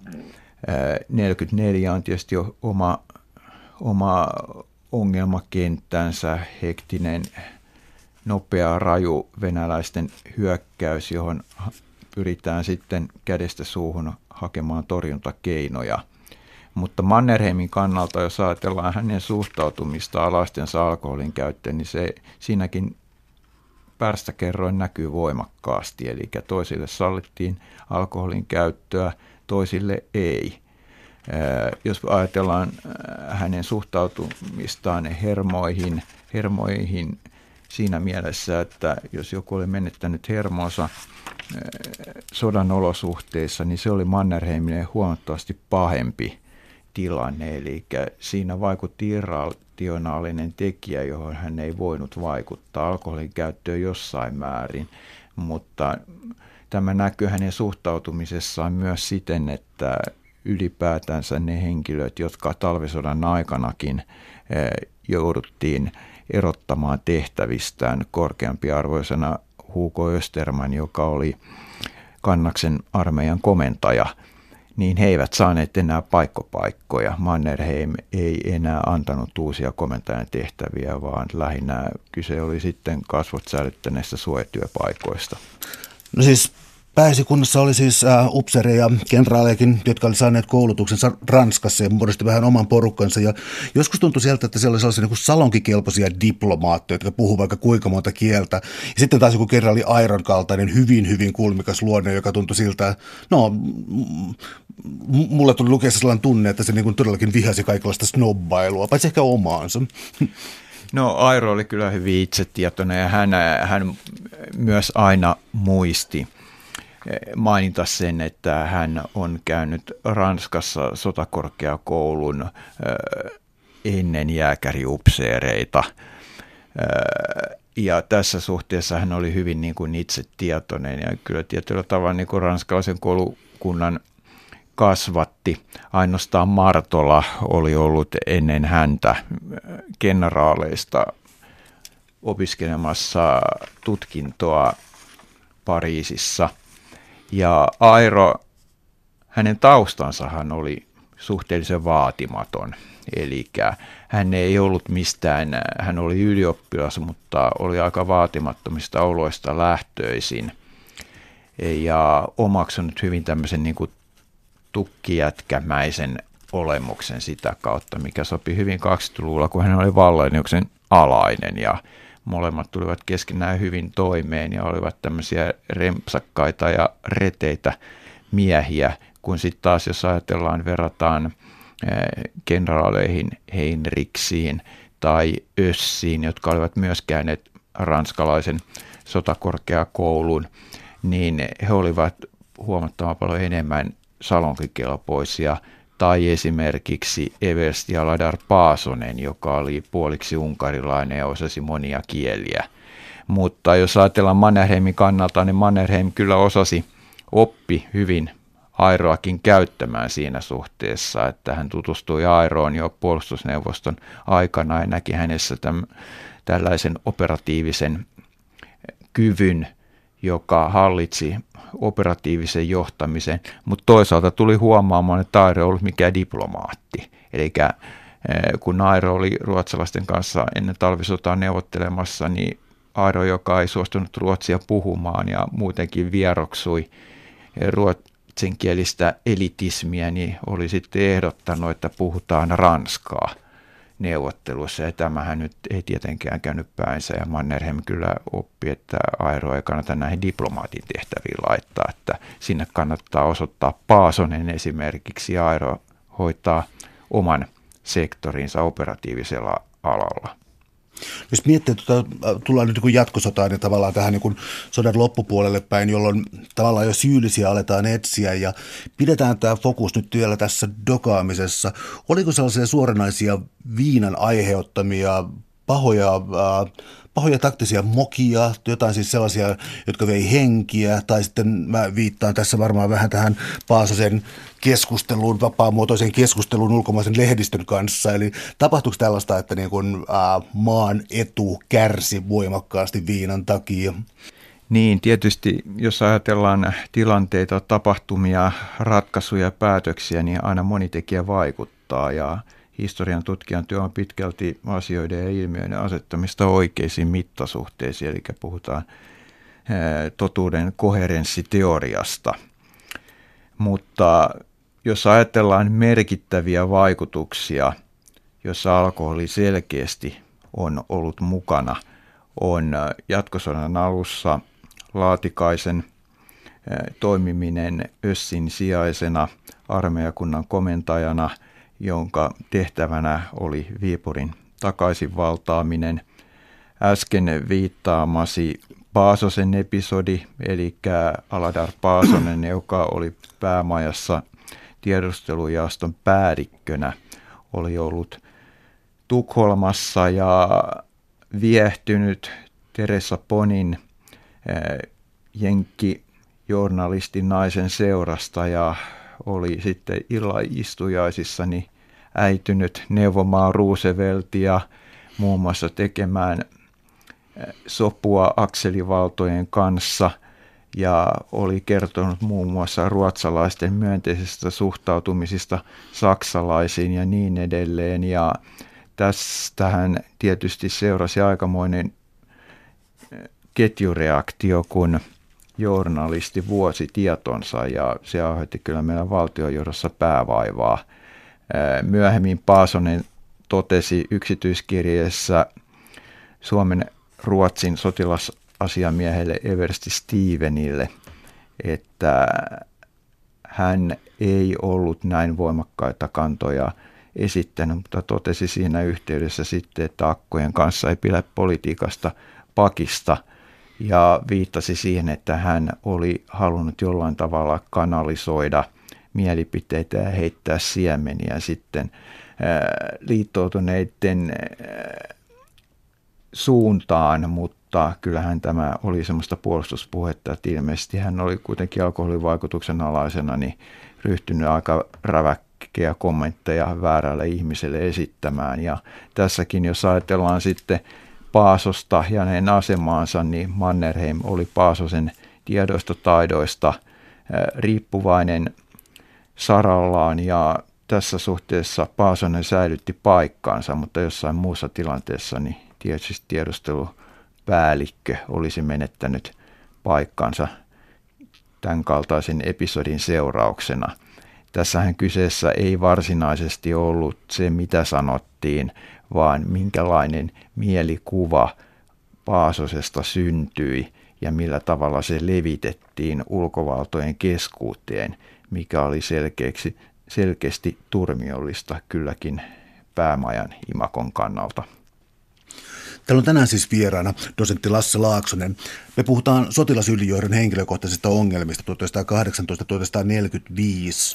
44 on tietysti jo oma ongelmakenttänsä, hektinen, nopea, raju venäläisten hyökkäys, johon pyritään sitten kädestä suuhun hakemaan torjuntakeinoja. Mutta Mannerheimin kannalta, jos ajatellaan hänen suhtautumista alaistensa alkoholin käyttöön, niin siinäkin pärstäkerroin näkyy voimakkaasti. Eli toisille sallittiin alkoholin käyttöä, toisille ei. Jos ajatellaan hänen suhtautumistaan hermoihin siinä mielessä, että jos joku oli menettänyt hermonsa sodan olosuhteissa, niin se oli Mannerheimille huomattavasti pahempi tilanne, eli siinä vaikutti irrationaalinen tekijä, johon hän ei voinut vaikuttaa, alkoholin käyttöön jossain määrin, mutta tämä näkyy hänen suhtautumisessaan myös siten, että ylipäätänsä ne henkilöt, jotka talvisodan aikanakin jouduttiin erottamaan tehtävistään korkeampiarvoisena Hugo Österman, joka oli Kannaksen armeijan komentaja, niin he eivät saaneet enää paikkopaikkoja. Mannerheim ei enää antanut uusia komentajan tehtäviä, vaan lähinnä kyse oli sitten kasvot säilyttäneistä suojatyöpaikoista. No siis pääesikunnassa oli siis upseereja, kenraalejakin, jotka oli saaneet koulutuksensa Ranskassa ja muodosti vähän oman porukkansa. Ja joskus tuntui sieltä, että siellä oli sellaisia niin salonkikelpoisia diplomaatteja, jotka puhuivat vaikka kuinka monta kieltä. Ja sitten taas joku kenraali Airon kaltainen hyvin, hyvin kulmikas luonne, joka tuntui siltä, mulle tuli lukeessa sellainen tunne, että se niin kuin todellakin vihasi kaikenlaista snobbailua, paitsi ehkä omaansa. No Airo oli kyllä hyvin itsetietoinen ja hän myös aina muisti mainita sen, että hän on käynyt Ranskassa sotakorkeakoulun ennen jääkäriupseereita. Ja tässä suhteessa hän oli hyvin niin kuin itsetietoinen ja kyllä tietyllä tavalla niin kuin ranskalaisen koulukunnan kasvatti. Ainoastaan Martola oli ollut ennen häntä kenraaleista opiskelemassa tutkintoa Pariisissa. Ja Airo, hänen taustansahan oli suhteellisen vaatimaton. Eli hän ei ollut mistään, hän oli ylioppilas, mutta oli aika vaatimattomista oloista lähtöisin. Ja omaksunut hyvin tämmöisen niin kuin tukkijätkämäisen olemuksen sitä kautta, mikä sopi hyvin 20-luvulla, kun hän oli Valleniuksen alainen ja molemmat tulivat keskenään hyvin toimeen ja olivat tämmöisiä rempsakkaita ja reteitä miehiä, kun sitten taas jos ajatellaan, verrataan kenraaleihin Heinrichiin tai Össiin, jotka olivat myös käyneet ranskalaisen sotakorkeakoulun, niin he olivat huomattavan paljon enemmän salonkikelpoisia, tai esimerkiksi Everst Ladar Paasonen, joka oli puoliksi unkarilainen ja osasi monia kieliä. Mutta jos ajatellaan Mannerheimin kannalta, niin Mannerheim kyllä oppi hyvin Airoakin käyttämään siinä suhteessa, että hän tutustui Airoon jo puolustusneuvoston aikana ja näki hänessä tällaisen operatiivisen kyvyn, joka hallitsi operatiivisen johtamisen, mutta toisaalta tuli huomaamaan, että Airo ei ollut mikään diplomaatti. Eli kun Airo oli ruotsalaisten kanssa ennen talvisotaa neuvottelemassa, niin Airo, joka ei suostunut ruotsia puhumaan ja muutenkin vieroksui ruotsinkielistä elitismiä, niin oli sitten ehdottanut, että puhutaan ranskaa neuvottelussa. Ja tämähän nyt ei tietenkään käynyt päinsä, ja Mannerheim kyllä oppi, että Airo ei kannata näihin diplomaatin tehtäviin laittaa, että sinne kannattaa osoittaa Paasonen esimerkiksi, ja Airo hoitaa oman sektorinsa operatiivisella alalla. Jos miettii, että tullaan nyt niin jatkosotaan ja tavallaan tähän niin sodan loppupuolelle päin, jolloin tavallaan jo syyllisiä aletaan etsiä ja pidetään tämä fokus nyt vielä tässä dokaamisessa. Oliko sellaisia suoranaisia viinan aiheuttamia pahoja taktisia mokia, jotain siis sellaisia, jotka vei henkiä, tai sitten mä viittaan tässä varmaan vähän tähän Paasosen keskusteluun, vapaamuotoisen keskusteluun ulkomaisen lehdistön kanssa, eli tapahtuiko tällaista, että niin kuin, maan etu kärsi voimakkaasti viinan takia? Niin, tietysti jos ajatellaan tilanteita, tapahtumia, ratkaisuja, päätöksiä, niin aina moni tekijä vaikuttaa ja historian tutkijan työ on pitkälti asioiden ja ilmiöiden asettamista oikeisiin mittasuhteisiin, eli puhutaan totuuden koherenssiteoriasta. Mutta jos ajatellaan merkittäviä vaikutuksia, joissa alkoholi selkeästi on ollut mukana, on jatkosodan alussa Laatikaisen toimiminen Össin sijaisena armeijakunnan komentajana, jonka tehtävänä oli Viipurin takaisinvaltaaminen. Äsken viittaamasi Paasosen episodi, eli Aladar Paasonen, joka oli päämajassa tiedustelujaoston päällikkönä, oli ollut Tukholmassa ja viehtynyt Teresa Ponin jenkkijournalistin naisen seurasta ja oli sitten illanistujaisissani äitynyt neuvomaan Rooseveltia muun muassa tekemään sopua akselivaltojen kanssa ja oli kertonut muun muassa ruotsalaisten myönteisestä suhtautumisista saksalaisiin ja niin edelleen. Ja tästähän tietysti seurasi aikamoinen ketjureaktio, kun journalisti vuosi tietonsa ja se aiheutti kyllä meidän valtionjohdossa päävaivaa. Myöhemmin Paasonen totesi yksityiskirjeessä Suomen Ruotsin sotilasasiamiehelle Eversti Stevenille, että hän ei ollut näin voimakkaita kantoja esittänyt, mutta totesi siinä yhteydessä sitten, että akkojen kanssa ei pidä politiikasta pakista ja viittasi siihen, että hän oli halunnut jollain tavalla kanalisoida mielipiteitä ja heittää siemeniä sitten liittoutuneiden suuntaan, mutta kyllähän tämä oli semmoista puolustuspuhetta, että ilmeisesti hän oli kuitenkin alkoholin vaikutuksen alaisena niin ryhtynyt aika räväkkiä kommentteja väärälle ihmiselle esittämään. Ja tässäkin, jos ajatellaan sitten Paasosta ja hänen asemaansa, niin Mannerheim oli Paasosen tiedoista taidoista riippuvainen sarallaan ja tässä suhteessa Paasonen säilytti paikkaansa, mutta jossain muussa tilanteessa niin tietysti tiedustelupäällikkö olisi menettänyt paikkansa tämän kaltaisen episodin seurauksena. Tässähän kyseessä ei varsinaisesti ollut se, mitä sanottiin, vaan minkälainen mielikuva Paasosesta syntyi ja millä tavalla se levitettiin ulkovaltojen keskuuteen, mikä oli selkeästi turmiollista kylläkin päämajan imakon kannalta. Täällä on tänään siis vieraana dosentti Lasse Laaksonen. Me puhutaan sotilasylijohdon henkilökohtaisista ongelmista 1918-1945.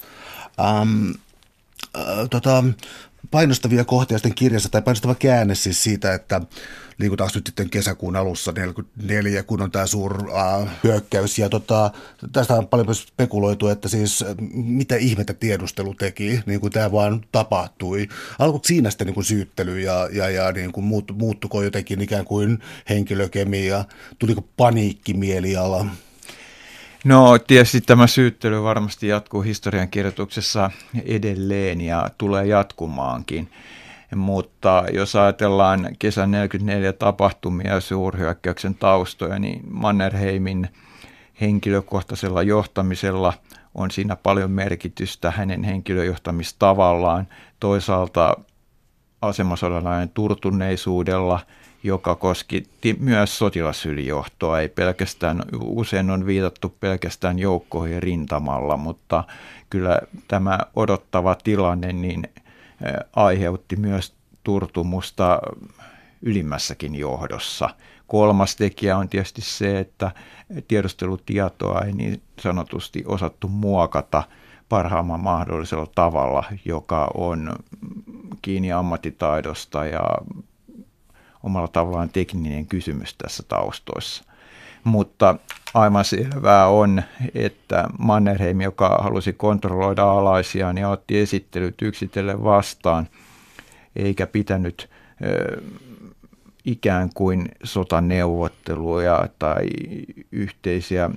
Painostavia kohtia sitten kirjassa, tai painostava käänne siis siitä, että liikutaan nyt sitten kesäkuun alussa 1944, kun on tämä hyökkäys. Ja tästä on paljon spekuloitu, että siis mitä ihmettä tiedustelu teki, niin kuin tämä vaan tapahtui. Alkoiko siinä sitten niin kuin syyttely ja niin kuin muuttuko jotenkin ikään kuin henkilökemia, tuliko paniikkimieliala? No tietysti tämä syyttely varmasti jatkuu historiankirjoituksessa edelleen ja tulee jatkumaankin, mutta jos ajatellaan kesän 1944 tapahtumia ja suurhyökkäyksen taustoja, niin Mannerheimin henkilökohtaisella johtamisella on siinä paljon merkitystä hänen henkilöjohtamistavallaan, toisaalta asemasodanajan turtuneisuudella, joka koskitti myös sotilasylijohtoa. Ei pelkästään, usein on viitattu pelkästään joukkoihin rintamalla, mutta kyllä tämä odottava tilanne niin aiheutti myös turtumusta ylimmässäkin johdossa. Kolmas tekijä on tietysti se, että tiedustelutietoa ei niin sanotusti osattu muokata parhaimmalla mahdollisella tavalla, joka on kiinni ammattitaidosta ja omalla tavallaan tekninen kysymys tässä taustoissa. Mutta aivan selvää on, että Mannerheim, joka halusi kontrolloida alaisiaan ja otti esittelyt yksitellen vastaan, eikä pitänyt ikään kuin sotaneuvotteluja tai yhteisiä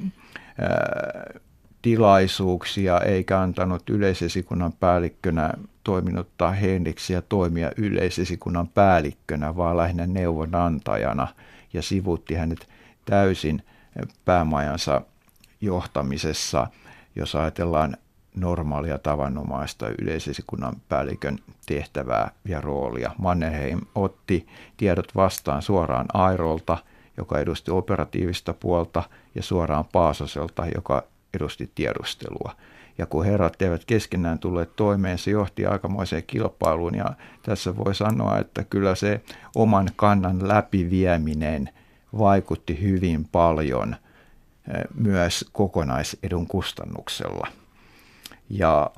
tilaisuuksia, eikä antanut yleisesikunnan päällikkönä toiminutta Henriksiä toimia yleisesikunnan päällikkönä, vaan lähinnä neuvonantajana ja sivuutti hänet täysin päämajansa johtamisessa, jos ajatellaan normaalia tavanomaista yleisesikunnan päällikön tehtävää ja roolia. Mannerheim otti tiedot vastaan suoraan Airolta, joka edusti operatiivista puolta, ja suoraan Paasoselta, joka edusti tiedustelua. Ja kun herrat eivät keskenään tulleet toimeen, se johti aikamoiseen kilpailuun, ja tässä voi sanoa, että kyllä se oman kannan läpivieminen vaikutti hyvin paljon myös kokonaisedun kustannuksella. Ja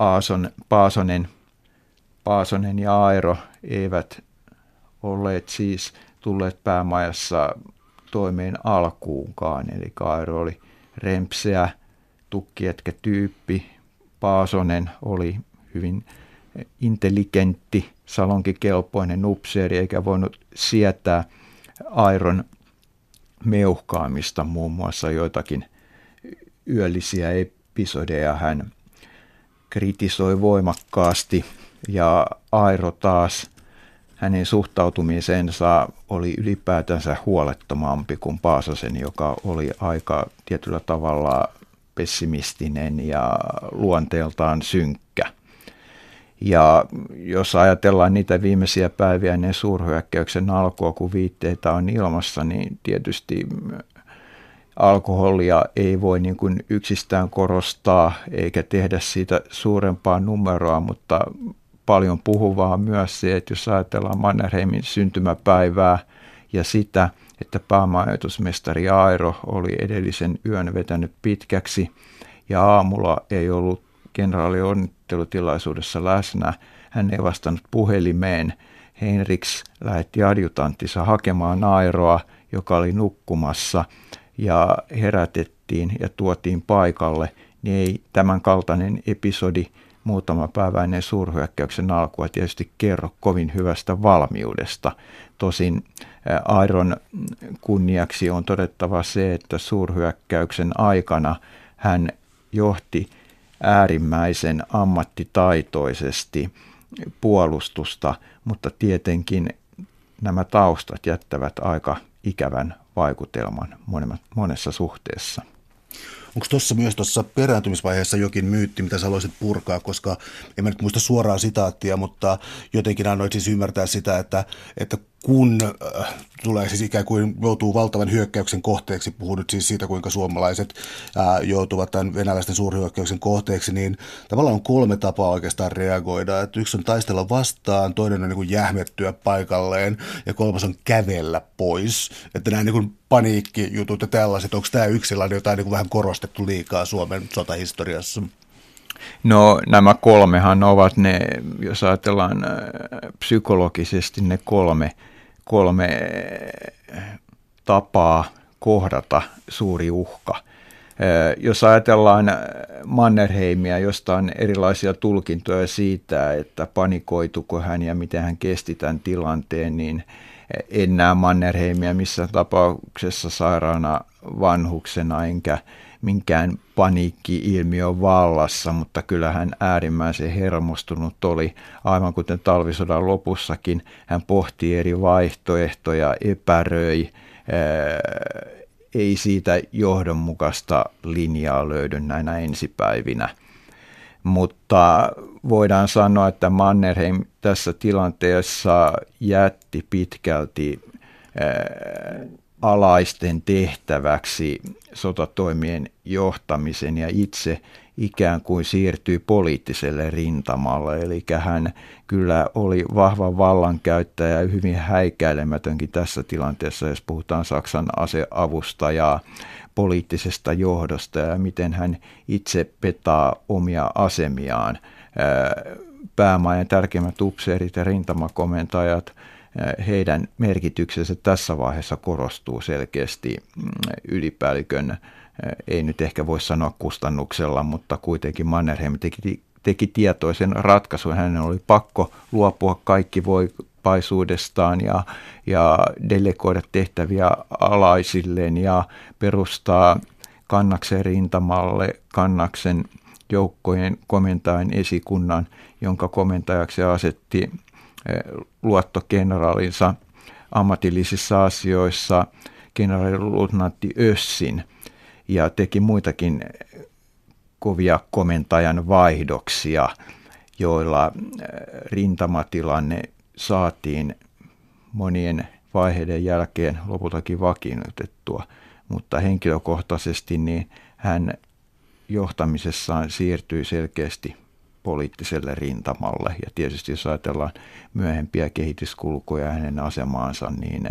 Paasonen ja Airo eivät olleet siis tulleet päämajassa toimeen alkuunkaan, eli Airo oli rempseä, tukkietkä tyyppi. Paasonen oli hyvin intelligentti, salonkikelpoinen upseeri, eikä voinut sietää Airon meuhkaamista, muun muassa joitakin yöllisiä episodeja hän kritisoi voimakkaasti, ja Airo taas, hänen suhtautumisensa oli ylipäätänsä huolettomampi kuin Paasosen, joka oli aika tietyllä tavalla pessimistinen ja luonteeltaan synkkä. Ja jos ajatellaan niitä viimeisiä päiviä ennen suurhyökkäyksen alkua, kun viitteitä on ilmassa, niin tietysti alkoholia ei voi niin kuin yksistään korostaa eikä tehdä siitä suurempaa numeroa, mutta paljon puhuvaa myös se, että jos ajatellaan Mannerheimin syntymäpäivää ja sitä, että päämajoitusmestari Airo oli edellisen yön vetänyt pitkäksi ja aamulla ei ollut kenraali onnittelutilaisuudessa läsnä. Hän ei vastannut puhelimeen. Henriks lähetti adjutanttinsa hakemaan Airoa, joka oli nukkumassa, ja herätettiin ja tuotiin paikalle, niin ei tämän kaltainen episodi muutama päivä ennen suurhyökkäyksen alkua tietysti kerro kovin hyvästä valmiudesta. Tosin Airon kunniaksi on todettava se, että suurhyökkäyksen aikana hän johti äärimmäisen ammattitaitoisesti puolustusta, mutta tietenkin nämä taustat jättävät aika ikävän vaikutelman monessa suhteessa. Onko tuossa perääntymisvaiheessa jokin myytti, mitä sä haluaisit purkaa, koska en mä nyt muista suoraa sitaattia, mutta jotenkin annoit siis ymmärtää sitä, että kun tulee siis ikään kuin joutuu valtavan hyökkäyksen kohteeksi, puhun nyt siis siitä, kuinka suomalaiset joutuvat tämän venäläisten suurhyökkäyksen kohteeksi, niin tavallaan on 3 tapaa oikeastaan reagoida. Että yksi on taistella vastaan, toinen on niin kuin jähmettyä paikalleen ja 3 on kävellä pois. Että nämä niin kuin paniikkijutut ja tällaiset, onko tämä yksi sellainen, jota on niin kuin vähän korostettu liikaa Suomen sotahistoriassa? No nämä 3han ovat ne, jos ajatellaan psykologisesti ne kolme tapaa kohdata suuri uhka. Jos ajatellaan Mannerheimia, josta on erilaisia tulkintoja siitä, että panikoituko hän ja miten hän kesti tämän tilanteen, niin en näe Mannerheimia missään tapauksessa sairaana vanhuksena enkä minkään paniikki-ilmiön vallassa, mutta kyllä hän äärimmäisen hermostunut oli, aivan kuten talvisodan lopussakin. Hän pohti eri vaihtoehtoja, epäröi, ei siitä johdonmukaista linjaa löydy näinä ensipäivinä. Mutta voidaan sanoa, että Mannerheim tässä tilanteessa jätti pitkälti alaisten tehtäväksi sotatoimien johtamisen ja itse ikään kuin siirtyi poliittiselle rintamalle. Eli hän kyllä oli vahva vallankäyttäjä ja hyvin häikäilemätönkin tässä tilanteessa, jos puhutaan Saksan aseavusta ja poliittisesta johdosta ja miten hän itse petaa omia asemiaan. Päämajan tärkeimmät upseerit ja rintamakomentajat, heidän merkityksensä tässä vaiheessa korostuu selkeästi ylipäällikön, ei nyt ehkä voi sanoa kustannuksella, mutta kuitenkin Mannerheim teki tietoisen ratkaisun. Hänen oli pakko luopua kaikkivoipaisuudestaan ja delegoida tehtäviä alaisilleen ja perustaa Kannaksen rintamalle Kannaksen joukkojen komentajan esikunnan, jonka komentajaksi asetti luottokenraalinsa ammatillisissa asioissa kenraaliluutnantti Össin ja teki muitakin kovia komentajan vaihdoksia, joilla rintamatilanne saatiin monien vaiheiden jälkeen lopultakin vakiinnutettua, mutta henkilökohtaisesti niin hän johtamisessaan siirtyi selkeästi poliittiselle rintamalle. Ja tietysti jos ajatellaan myöhempiä kehityskulkuja hänen asemaansa, niin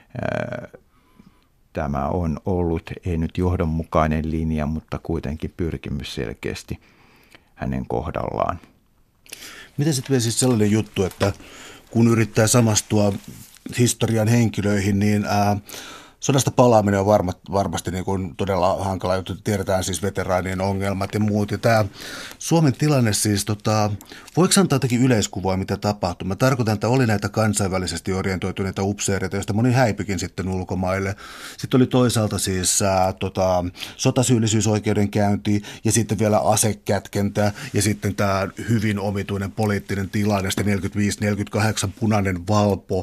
tämä on ollut ei nyt johdonmukainen linja, mutta kuitenkin pyrkimys selkeästi hänen kohdallaan. Miten sitten vielä siis sellainen juttu, että kun yrittää samastua historian henkilöihin, niin sodasta palaaminen on varmasti niin kuin todella hankala juttu. Tiedetään siis veteraanien ongelmat ja muut. Ja tämä Suomen tilanne siis, voiko antaa jotakin yleiskuvaa, mitä tapahtui? Mä tarkoitan, että oli näitä kansainvälisesti orientoituneita upseereita, joista moni häipikin sitten ulkomaille. Sitten oli toisaalta siis sotasyyllisyysoikeudenkäynti ja sitten vielä asekätkentä ja sitten tämä hyvin omituinen poliittinen tilanne, sitten 45-48 punainen valpo.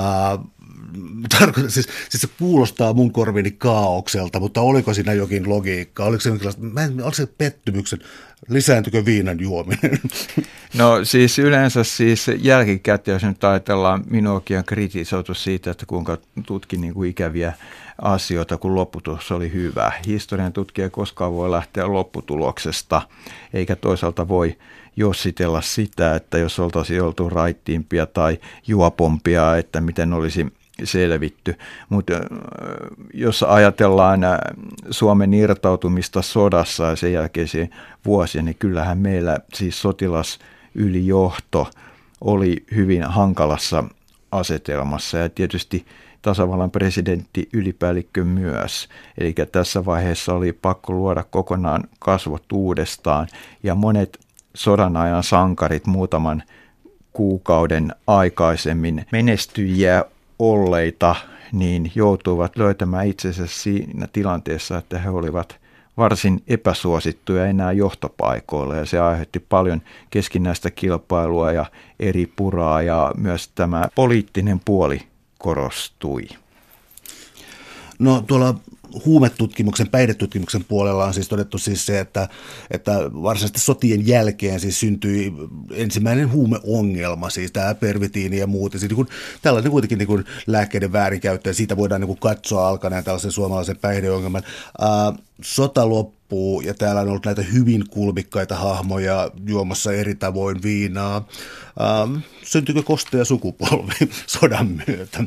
Siis se kuulostaa mun korviini kaaokselta, mutta oliko siinä jokin logiikka? Oliko se pettymyksen? Lisääntykö viinan juominen? No siis yleensä siis jälkikäteen, jos nyt ajatellaan, minuakin on kritisoitu siitä, että kuinka tutkin niin kuin ikäviä asioita, kun lopputulos oli hyvä. Historian tutkija koskaan voi lähteä lopputuloksesta, eikä toisaalta voi jossitella sitä, että jos oltaisiin oltu raittiimpia tai juopompia, että miten olisi selvitty. Mutta jos ajatellaan Suomen irtautumista sodassa ja sen jälkeisiä vuosia, niin kyllähän meillä siis sotilasylijohto oli hyvin hankalassa asetelmassa ja tietysti tasavallan presidentti ylipäällikkö myös. Eli tässä vaiheessa oli pakko luoda kokonaan kasvot uudestaan ja monet sodan ajan sankarit muutaman kuukauden aikaisemmin menestyjiä olleita, niin joutuivat löytämään itsensä siinä tilanteessa, että he olivat varsin epäsuosittuja enää johtopaikoilla ja se aiheutti paljon keskinäistä kilpailua ja eri puraa ja myös tämä poliittinen puoli korostui. No tuolla huumetutkimuksen, päihdetutkimuksen puolella on siis todettu siis se, että varsinaisesti sotien jälkeen siis syntyi ensimmäinen huumeongelma, siis tämä pervitiini ja muut. Ja siis niin tällainen kuitenkin niin lääkkeiden väärinkäyttö, ja siitä voidaan niin katsoa alkaneen tällaisen suomalaisen päihdeongelman. Sota loppuu, ja täällä on ollut näitä hyvin kulmikkaita hahmoja juomassa eri tavoin viinaa. Syntyykö kosteja sukupolvi sodan myötä?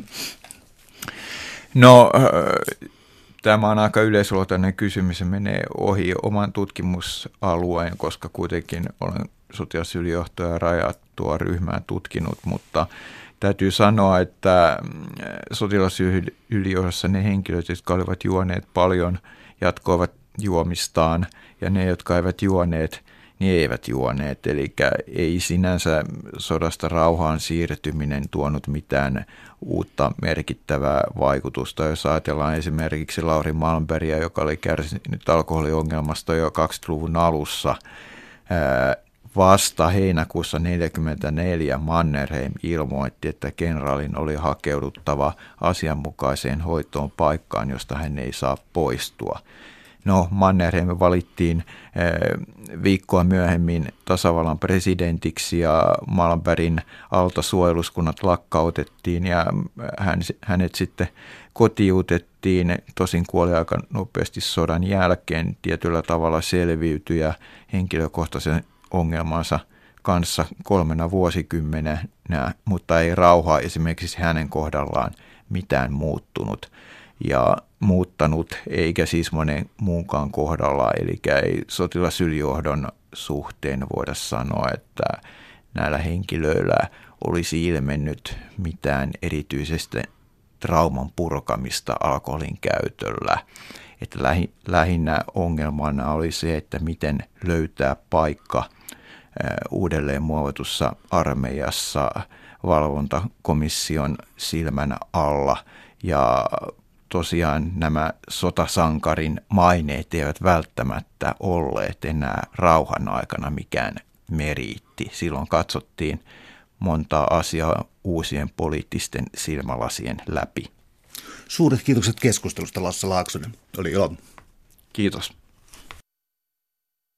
No, tämä on aika yleisluontoinen kysymys ja menee ohi oman tutkimusalueen, koska kuitenkin olen sotilasylijohtoa ja rajattua ryhmää tutkinut, mutta täytyy sanoa, että sotilasylijohdossa ne henkilöt, jotka olivat juoneet paljon, jatkoivat juomistaan ja ne, jotka eivät juoneet, niin eivät juoneet. Eli ei sinänsä sodasta rauhaan siirtyminen tuonut mitään uutta merkittävää vaikutusta. Jos ajatellaan esimerkiksi Lauri Malmbergia, joka oli kärsinyt alkoholiongelmasta jo 20-luvun alussa, vasta heinäkuussa 1944 Mannerheim ilmoitti, että kenraalin oli hakeuduttava asianmukaiseen hoitoon paikkaan, josta hän ei saa poistua. No, Mannerheim valittiin viikkoa myöhemmin tasavallan presidentiksi ja Malmbergin altasuojeluskunnat lakkautettiin ja hänet sitten kotiutettiin. Tosin kuoli aika nopeasti sodan jälkeen, tietyllä tavalla selviytyi ja henkilökohtaisen ongelmansa kanssa 3 vuosikymmenenä, mutta ei rauha esimerkiksi hänen kohdallaan mitään muuttunut. Ja muuttanut, eikä siis monen muunkaan kohdalla, eli ei sotilasylijohdon suhteen voida sanoa, että näillä henkilöillä olisi ilmennyt mitään erityisesti trauman purkamista alkoholin käytöllä. Että lähinnä ongelmana oli se, että miten löytää paikka uudelleen muovatussa armeijassa valvontakomission silmän alla ja tosiaan nämä sotasankarin maineet eivät välttämättä olleet enää rauhan aikana mikään meriitti. Silloin katsottiin montaa asiaa uusien poliittisten silmälasien läpi. Suuret kiitokset keskustelusta, Lasse Laaksonen. Oli ilo. Kiitos.